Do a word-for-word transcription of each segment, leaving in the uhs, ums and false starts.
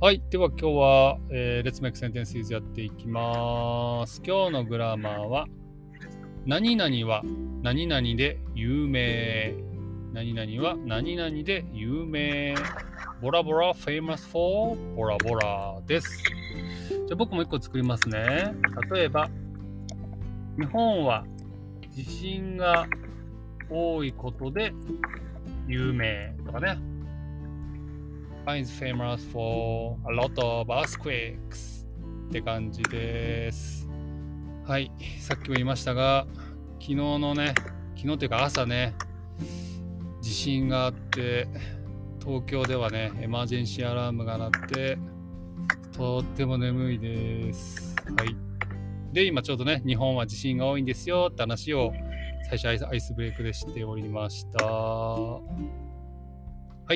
はい。では今日は、えー、Let's Make Sentences やっていきます。今日のグラマーは、何々は何々で有名。何々は何々で有名。ボラボラ famous for ボラボラです。じゃあ僕も一個作りますね。例えば、日本は地震が多いことで有名とかね。is famous for a lot of earthquakes って感じです。はい、さっきも言いましたが、昨日のね、昨日というか朝ね、地震があって、東京ではね、エマージェンシーアラームが鳴って、とっても眠いです。はい。で、今ちょうどね、日本は地震が多いんですよって話を最初アイスブレイクでしておりました。はい。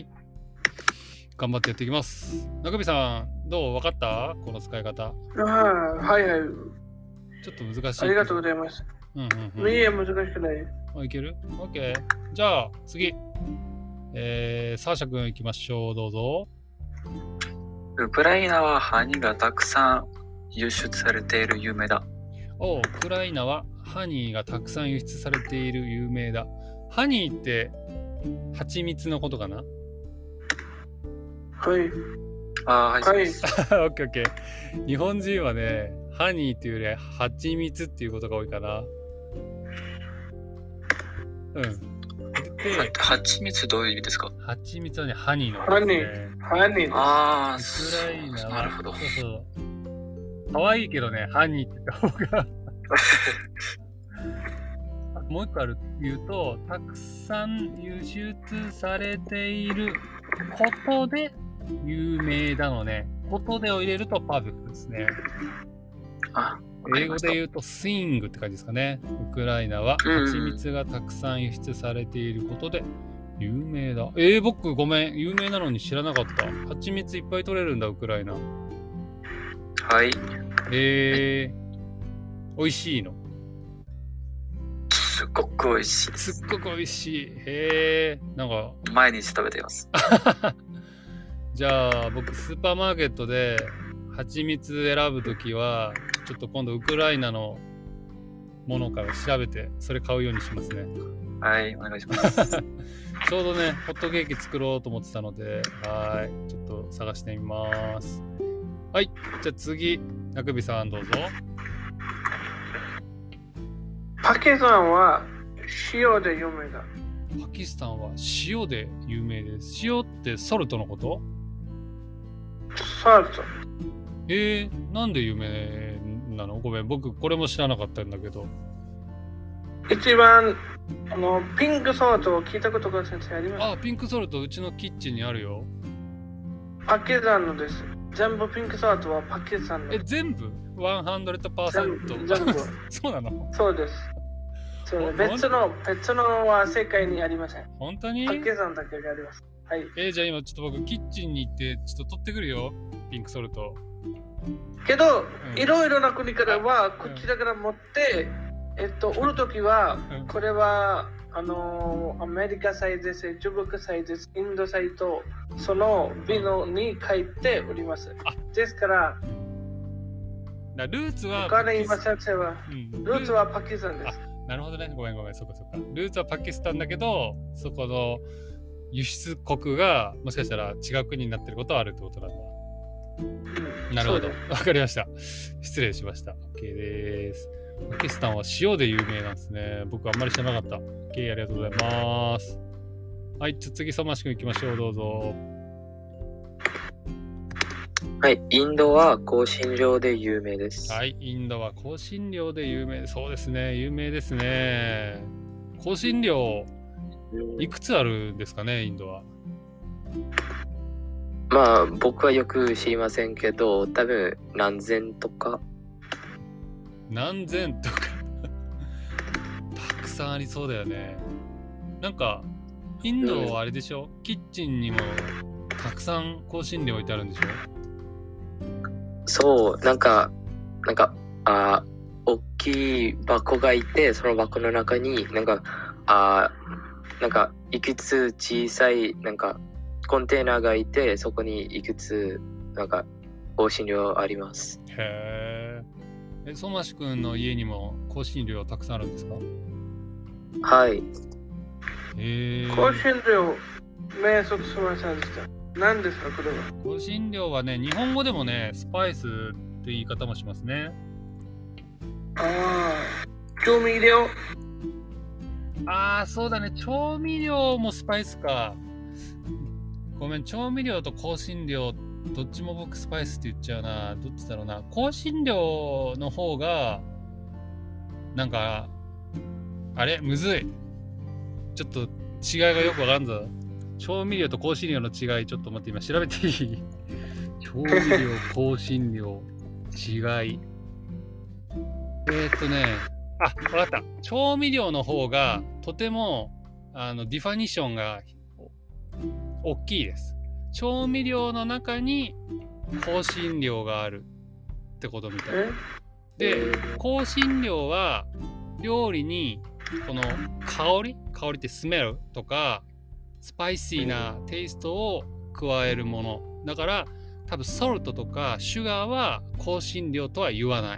頑張ってやっていきます。中身さん、どう分かったこの使い方。 ああ、はいはい。 ちょっと難しい。 ありがとうございます。 うんうんうん。 いいえ、難しくない。 あ、いける ?OK。じゃあ、次。えー、サーシャ君行きましょう。どうぞ。 ウクライナはハニーがたくさん輸出されている有名だ。 おう、ウクライナはハニーがたくさん輸出されている有名だ。ハニーって蜂蜜のことかな？ はい。 ああ、はい。 はい。 オッケーオッケー。日本人はね、ハニーっていうより蜂蜜っていうことが多いかな。うん。 で、蜂蜜どういう意味ですか？ 蜂蜜はね、ハニーのこハニとですね。 ー。ハニー。 ああ、 ウクライナは、 なるほど。 そうそう。かわいいけどね、ハニーって言った方が。もう一個ある言うと、たくさん輸出されていることで有名なのね。ことでを入れるとパーフェクトですね。 あ、 英語で言うとスイングって感じですかね。ウクライナは蜂蜜がたくさん輸出されていることで有名だ。えー、僕ごめん。有名なのに知らなかった。蜂蜜いっぱい取れるんだ、ウクライナ。 はい。 えー、美味しいの？ すっごく美味しい。 すっごく美味しい。へえ、なんか毎日食べています。 じゃあ僕スーパーマーケットで蜂蜜選ぶときはちょっと今度ウクライナのものから調べてそれ買うようにしますね。 はい、お願いします。 ちょうどねホットケーキ作ろうと思ってたので、はい、ちょっと探してみます。はい、じゃあ次、なくびさんどうぞ。 パキスタンは塩で有名だ。 パキスタンは塩で有名です。塩ってソルトのこと？ ソルト。 えー、なんで有名なの？ごめん、僕これも知らなかったんだけど。 一番あのピンクソルトを聞いたことが先生ありますか？ あ、ピンクソルトうちのキッチンにあるよ。 パキスタンのです。全部ピンクソルトはパキスタンの。 え、全部 ?ひゃくパーセント? 全部。 そうなの？ そうです。そうです。別の、別のは世界にありません。 本当に？ パキスタンだけがあります。はい。 えー、じゃあ今ちょっと僕キッチンに行ってちょっと取ってくるよ。ピンクソルト。 けど、 うん、 いろいろな国からはこちらから持って、うん、えっと、売るときは、うん、これは、あのー、アメリカサイズです、中国サイズです、インドサイト、そのビノに書いて売ります。ですから、 だルーツはパキスタン、うん、ルーツはパキスタンです。 なるほどね。ごめんごめん、そっかそっか。ルーツはパキスタンだけど、そこの輸出国がもしかしたら違う国になってることはあるってことなんだ。うん、なるほど。わかりました。失礼しました。OK です。パキスタンは塩で有名なんですね。僕あんまり知らなかった。OK、ありがとうございます。はい、じゃ次、相馬市君行きましょう。どうぞ。 はい、インドは香辛料で有名です。 はい、インドは香辛料で有名。そうですね、有名ですね。香辛料、いくつあるんですかね、インドは。 まあ、僕はよく知りませんけど、多分何千とか。 何千とか。たくさんありそうだよね。なんか、インドはあれでしょ、うん、キッチンにもたくさん香辛料置いてあるんでしょ？ そう、なんか、なんか、あ、大きい箱がいて、その箱の中に、なんか、あ、なんか、いくつ小さい、なんか、コンテナがいて、そこにいくつなんか香辛料あります。 へー。え、相馬市くんの家にも香辛料たくさんあるんですか？ はい。 へー。 香辛料、名測しましたでした。何ですか、これは。 香辛料はね、日本語でもね、スパイスって言い方もしますね。 ああ、調味料。 ああ、そうだね。調味料もスパイスか。ごめん、調味料と香辛料、どっちも僕スパイスって言っちゃうな。どっちだろうな。香辛料の方が、なんか、あれむずい。ちょっと違いがよくわかんぞ。調味料と香辛料の違い、ちょっと待って、今調べていい？調味料、香辛料、違い。えーっとね、あ、わかった。調味料の方がとてもあのディファニションが大きいです。調味料の中に香辛料があるってことみたい。で、香辛料は料理にこの香り、香りってスメルとかスパイシーなテイストを加えるもの。だから多分ソルトとかシュガーは香辛料とは言わない。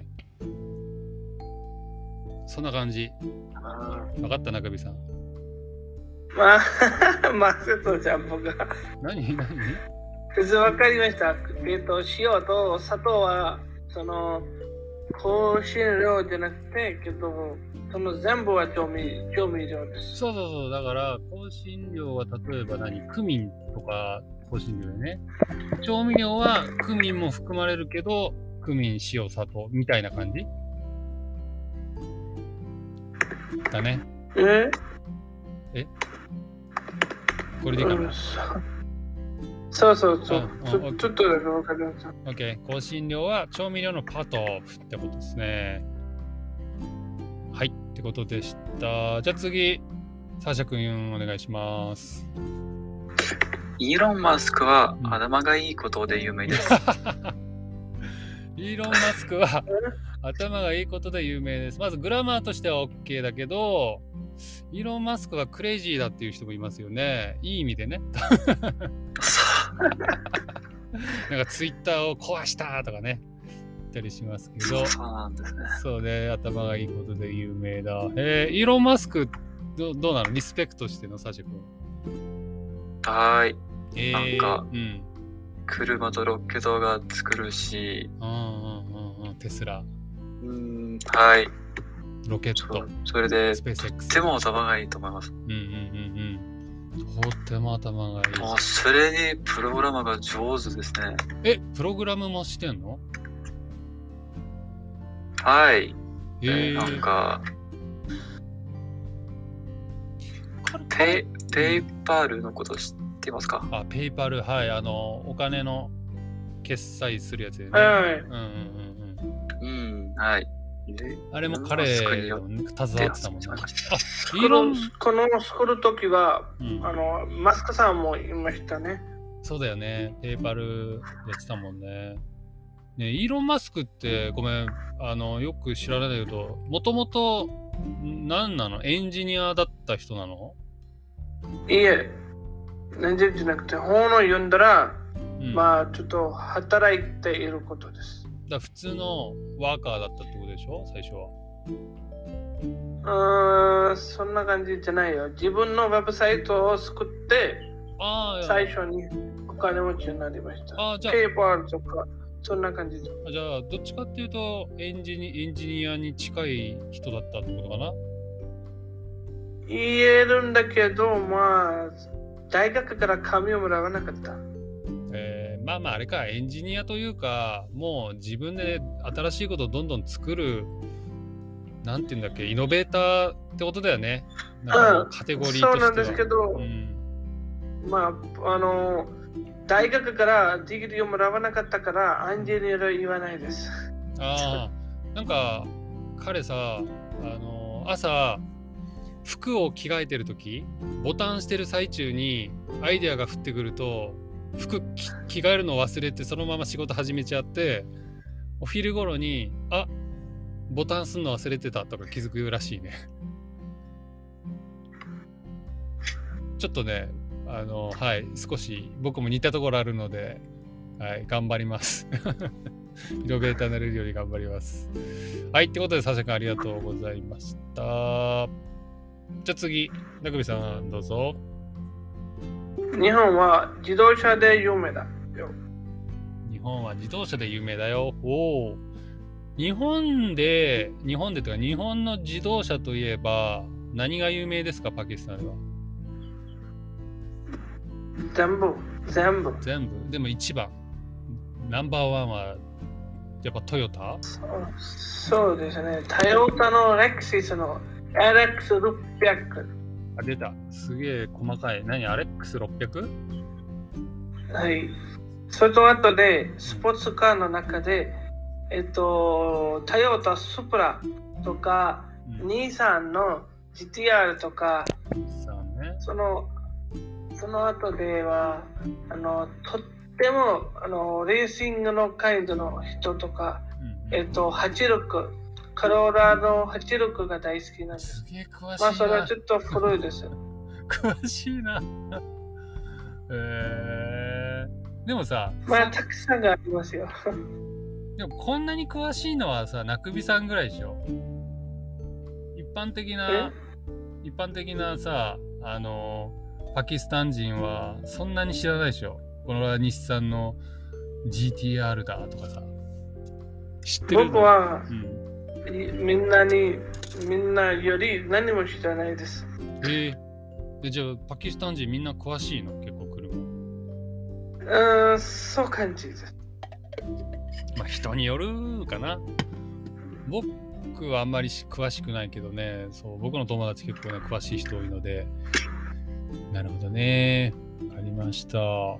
そんな感じ。分かった、中火さん。 まあ、まあ、ちょっとじゃあ僕が。 何何普通分かりました。えっと、塩と砂糖は、その、香辛料じゃなくて、けど、その全部は調味調味料です。 そうそうそう。だから、香辛料は例えば何クミンとか香辛料でね。調味料はクミンも含まれるけど、クミン、塩、砂糖みたいな感じだね。 ええこれでいいかな、うん、 そうそうそう。 うん、 ちょ, ちょっとだけ分かりました。 OK。香辛料は調味料のパートオフってことですね。はい。ってことでした。じゃあ次、サーシャ君お願いします。 イーロン・マスクは頭がいいことで有名です。 イーロン・マスクは頭がいいことで有名です。まずグラマーとしては OK だけど、イーロン・マスクはクレイジーだっていう人もいますよね。いい意味でね。なんかツイッターを壊したとかね、言ったりしますけど。 そうなんですね。 そうね、頭がいいことで有名だ。えー、イーロン・マスクど、どうなの？リスペクトしての、サシャ君。 はい。 えー、 なんか、 うん、 車とロケットが作るし、 うんうんうんうん、テスラ。 うん、はい。 ロケット。 それで、 スペース X。 とっても頭がいいと思います。 うんうんうんうん。とっても頭がいい。 もうそれにプログラマーが上手ですね。 え、プログラムもしてんの？ はい。 えー、 なんか、ペイ、ペイパールのこと知ってますか？ あ、ペイパル、はい。あの、お金の決済するやつでね。 はい。 うんうんうんうん。うん、はい。 あれも彼の携わってたもんね。あ、 イーロンこの作るときは、うん、あの、マスクさんもいましたね。 そうだよね。ペーパルやってたもんね。ね、イーロン・マスクって、ごめん、あの、よく知らないけど、もともと、何なの？エンジニアだった人なの？ いえ、全然じゃなくて、本を読んだら、うん、まあ、ちょっと働いていることです。 だ普通のワーカーだったってことでしょ、最初は。うーん、そんな感じじゃないよ。自分のウェブサイトを作って、あ最初にお金持ちになりました。 あじゃあペーパーとか、そんな感じで。 じゃあ、どっちかっていうとエンジニ、エンジニアに近い人だったってことかな？ 言えるんだけど、まあ、大学から紙をもらわなかった。 えー、まあまああれか、エンジニアというか、もう自分で新しいことをどんどん作る、なんていうんだっけ、イノベーターってことだよね。なんかカテゴリーとしては。 そうなんですけど、うん、まあ、あの、大学からディグリーをもらわなかったから、エンジニアは言わないです。 ああ、なんか彼さ、あの、朝、服を着替えてるとき、ボタンしてる最中にアイデアが降ってくると、服着替えるのを忘れてそのまま仕事始めちゃって、お昼頃にあボタンすんの忘れてたとか気づくらしいね。ちょっとね、あのはい少し僕も似たところあるのではい、頑張ります。イノベーターになれるように頑張ります。はい、ってことで、サシャ君ありがとうございました。じゃあ次、ラグビさんどうぞ。 日本は自動車で有名だよ。 日本は自動車で有名だよ。おお。日本で、日本でというか、日本の自動車といえば、何が有名ですか、パキスタンでは。 全部、全部。 全部。でも一番。ナンバーワンは、やっぱトヨタ？ そうそうですね。トヨタのレクシスの エルエックスろっぴゃく。 あ、出た。すげえ細かい。何？アレックスろっぴゃく？ はい。それと後で、スポーツカーの中で、えっと、トヨタスプラとか、うん、ニーサンの ジーティーアール とか、 そうね、 その、その後では、あの、とっても、あの、レーシングの会度の人とか、うん、えっと、はちじゅうろく、カローラのはちじゅうろくが大好きなんです。 すげえ詳しいな。 まあ、それはちょっと古いです。 詳しいな。えー、でもさ、 まあ、たくさんがありますよ。 でもこんなに詳しいのはさ、なくびさんぐらいでしょ。一般的な、一般的なさ、あの、パキスタン人はそんなに知らないでしょ。この日産の ジーティーアール だとかさ。知ってるの？ 僕は、 うん、 みんなに、みんなより何も知らないです。 えー、でじゃあパキスタン人みんな詳しいの？結構車。 うん、そう感じです。 まあ人によるかな。僕はあんまり詳しくないけどね、そう僕の友達結構ね詳しい人多いので。なるほどね。わかりました。はい。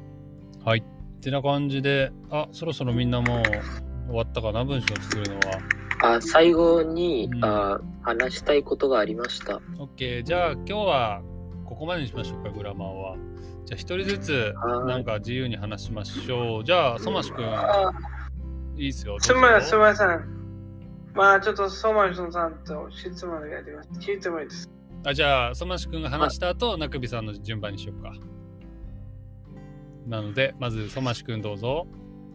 ってな感じで、あ、そろそろみんなもう終わったかな、文章を作るのは。 あ、最後に、うん、あ話したいことがありました。 OK。じゃあ今日はここまでにしましょうか、グラマーは。じゃあ一人ずつなんか自由に話しましょう。じゃあ、ソマシ君。いいっすよ。 すみません、すみません。まあちょっとソマシさんと質問があります。聞いてもいいですか？ あ、じゃあ、ソマシ君が話した後、なくびさんの順番にしようか。なので、まず、ソマシ君どうぞ。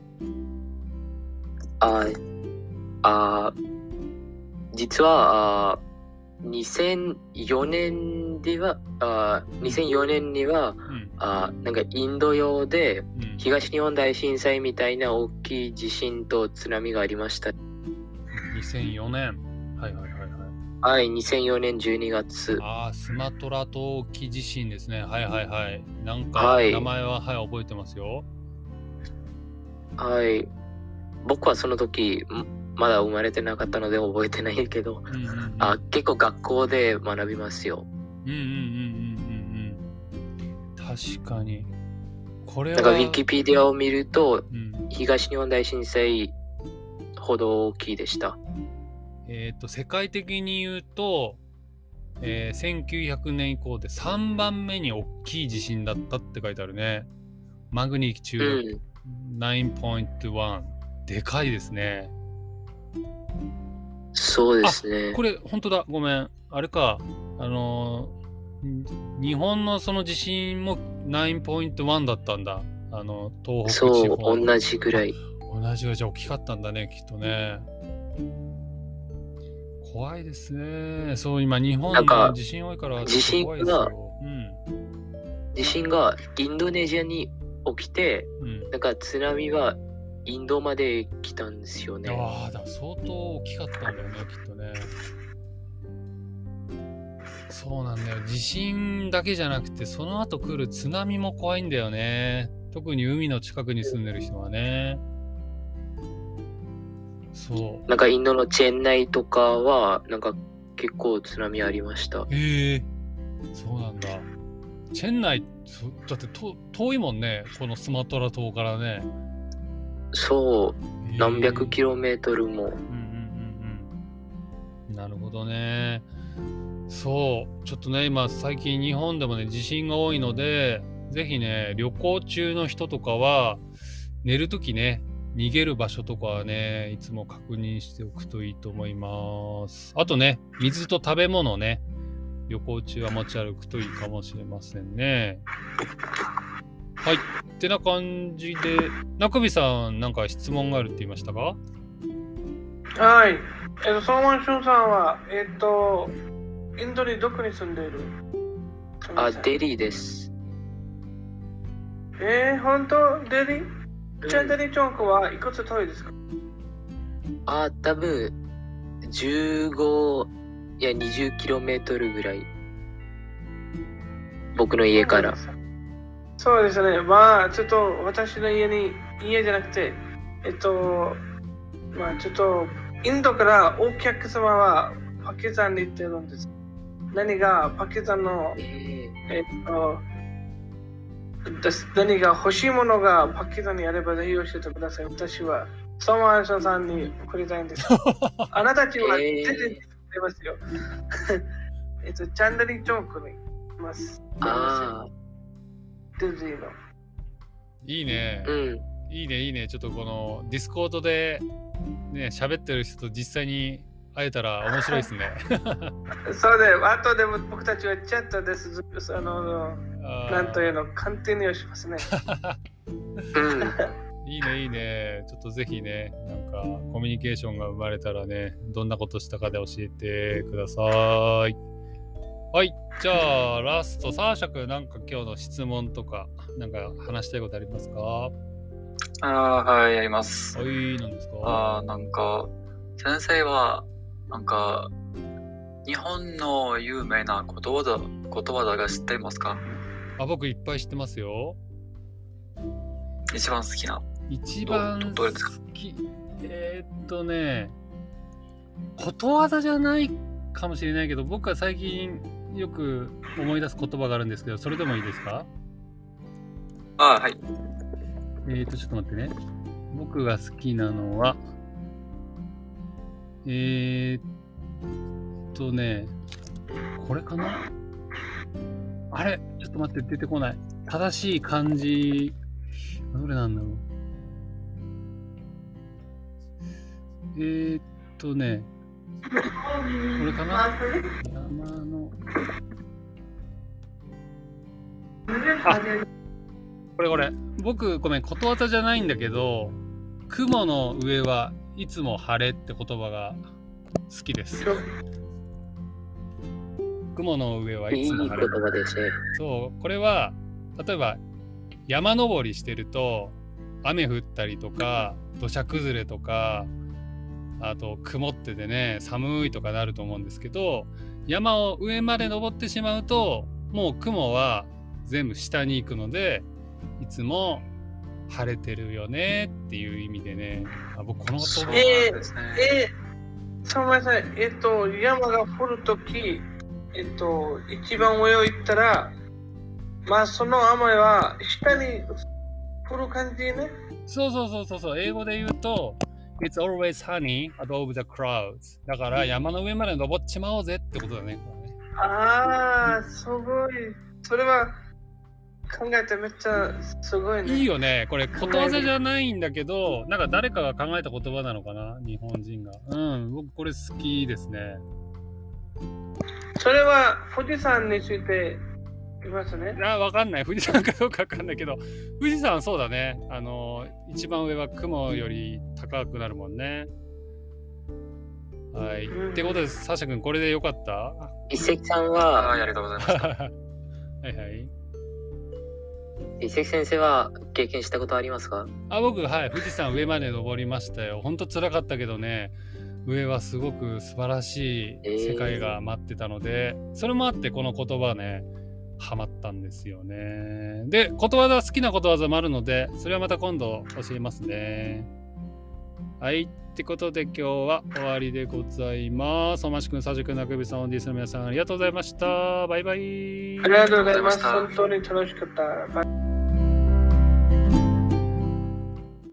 あ、あ、実は、あにせんよねんでは、あにせんよねんには、うん、あなんかインド洋で東日本大震災みたいな大きい地震と津波がありました。 にせんよねん。はいはいはいはい。 はい、にせんよねんじゅうにがつ。 ああ、スマトラ島沖地震ですね。はいはいはい。なんか、名前は、はい、はい、覚えてますよ。 はい。僕はその時、まだ生まれてなかったので覚えてないけど、うんうんうん、あ結構学校で学びますよ。 うんうんうんうんうんうん。確かに。これは。 なんかウィキペディアを見ると、うん、東日本大震災ほど大きいでした。 えっと、世界的に言うと、えー、せんきゅうひゃくねん以降でさんばんめに大きい地震だったって書いてあるね。マグニチュード ナインポイントワン。でかいですね。 そうですね。 これ本当だ。ごめん。あれか。あのー、日本のその地震も ナインポイントワン だったんだ。あの東北地方。 そう、同じぐらい。 同じぐらいじゃ大きかったんだね、きっとね。怖いですね。そう、今日本の地震多いから地震が、うん、地震がインドネシアに起きて、うん、なんか津波はインドまで来たんですよね。 ああ、だから相当大きかったんだよね、きっとね。そうなんだよ。地震だけじゃなくて、その後来る津波も怖いんだよね。特に海の近くに住んでる人はね。そう。 なんかインドのチェンナイとかは、なんか結構津波ありました。 へえ、そうなんだ。チェンナイ、だってと遠いもんね、このスマトラ島からね。 そう、何百キロメートルも。うんうんうんうん。なるほどね。そう、ちょっとね、今最近日本でもね、地震が多いので、ぜひね、旅行中の人とかは、寝るときね、逃げる場所とかはね、いつも確認しておくといいと思います。あとね、水と食べ物ね、旅行中は持ち歩くといいかもしれませんね。 はい。ってな感じで、中ビさん、なんか質問があるって言いましたか？ はい。えっと、ソーマンシュンさんは、えっと、インドにどこに住んでいる？ あ、デリーです。 えー、本当デリー？じゃあデリーチョンクはいくつ遠いですか？ あ、多分じゅうごいやにじゅっキロメートルぐらい。僕の家から。 そうですね。まあ、ちょっと私の家に、家じゃなくて、えっと、まあ、ちょっと、インドからお客様はパキスタンに行ってるんです。何がパキスタンの、 えー、 えっと、何が欲しいものがパキスタンにあればぜひ教えてください。私はソーマンションさんに送りたいんです。あなたたちは出て出ますよ。えっと、チャンダリーチョンクにいます。 ああ。 ディズニーの。 いいね。 うん。 いいね、いいね。ちょっとこのディスコードでね、喋ってる人と実際に会えたら面白いですね。 そうで、あとでも僕たちはチャットです。あの、なんというの、カンティニューしますね。 いいね、いいね。ちょっとぜひね、なんかコミュニケーションが生まれたらね、どんなことしたかで教えてください。はい、じゃあラスト、サーシャ君、なんか今日の質問とか、なんか話したいことありますか？ ああ、はい、やります。 はい、なんですか？ ああ、なんか、先生は、なんか、日本の有名なことわざ、ことわざが知っていますか？ あ、僕いっぱい知ってますよ。 一番好きな。 一番どどれですか？ 好き。えー、っとね、ことわざじゃないかもしれないけど、僕は最近よく思い出す言葉があるんですけど、それでもいいですか？ ああ、はい。 えーと、ちょっと待ってね。僕が好きなのは、えーっとね、これかな？あれ？ちょっと待って、出てこない。正しい漢字、どれなんだろう。えーっとね、これかな？山の。あ、これこれ。僕、ごめん、ことわざじゃないんだけど、雲の上はいつも晴れって言葉が好きです。雲の上はいつも晴れ。 いい言葉ですね。 そう、これは、例えば山登りしてると、雨降ったりとか、土砂崩れとか、あと曇っててね、寒いとかなると思うんですけど、山を上まで登ってしまうと、もう雲は全部下に行くので、いつも晴れてるよねっていう意味でね、あ、僕この言葉えですね。 ー、えー、すみません。えっと、山が降るとき、えっと、一番上を行ったら、まあ、その雨は下に降る感じね。 そうそうそうそうそう、英語で言うと、It's always sunny above the clouds。だから山の上まで登っちまおうぜってことだね。 ああ、すごい。それは考えてめっちゃすごいね。 いいよね。これことわざじゃないんだけど、なんか誰かが考えた言葉なのかな、日本人が。うん、僕これ好きですね。 それは富士山についていますね。 あ、わかんない。富士山かどうかわかんないけど、富士山そうだね。あの、一番上は雲より高くなるもんね。はい。うん、ってことで、サーシャ君、これでよかった？ 一石さんは、 ありがとうございます。 はいはい。 一石先生は経験したことありますか？ あ、僕、はい。富士山上まで登りましたよ。ほんと辛かったけどね。上はすごく素晴らしい世界が待ってたので、えー、それもあってこの言葉ね、ハマったんですよね。で、ことわざ、好きなことわざもあるので、それはまた今度教えますね。はい。ってことで今日は終わりでございます。おましくん、さじくん、なくびさん、オンディースの皆さんありがとうございました。バイバイ。 ありがとうございます。本当に楽しかった。バイ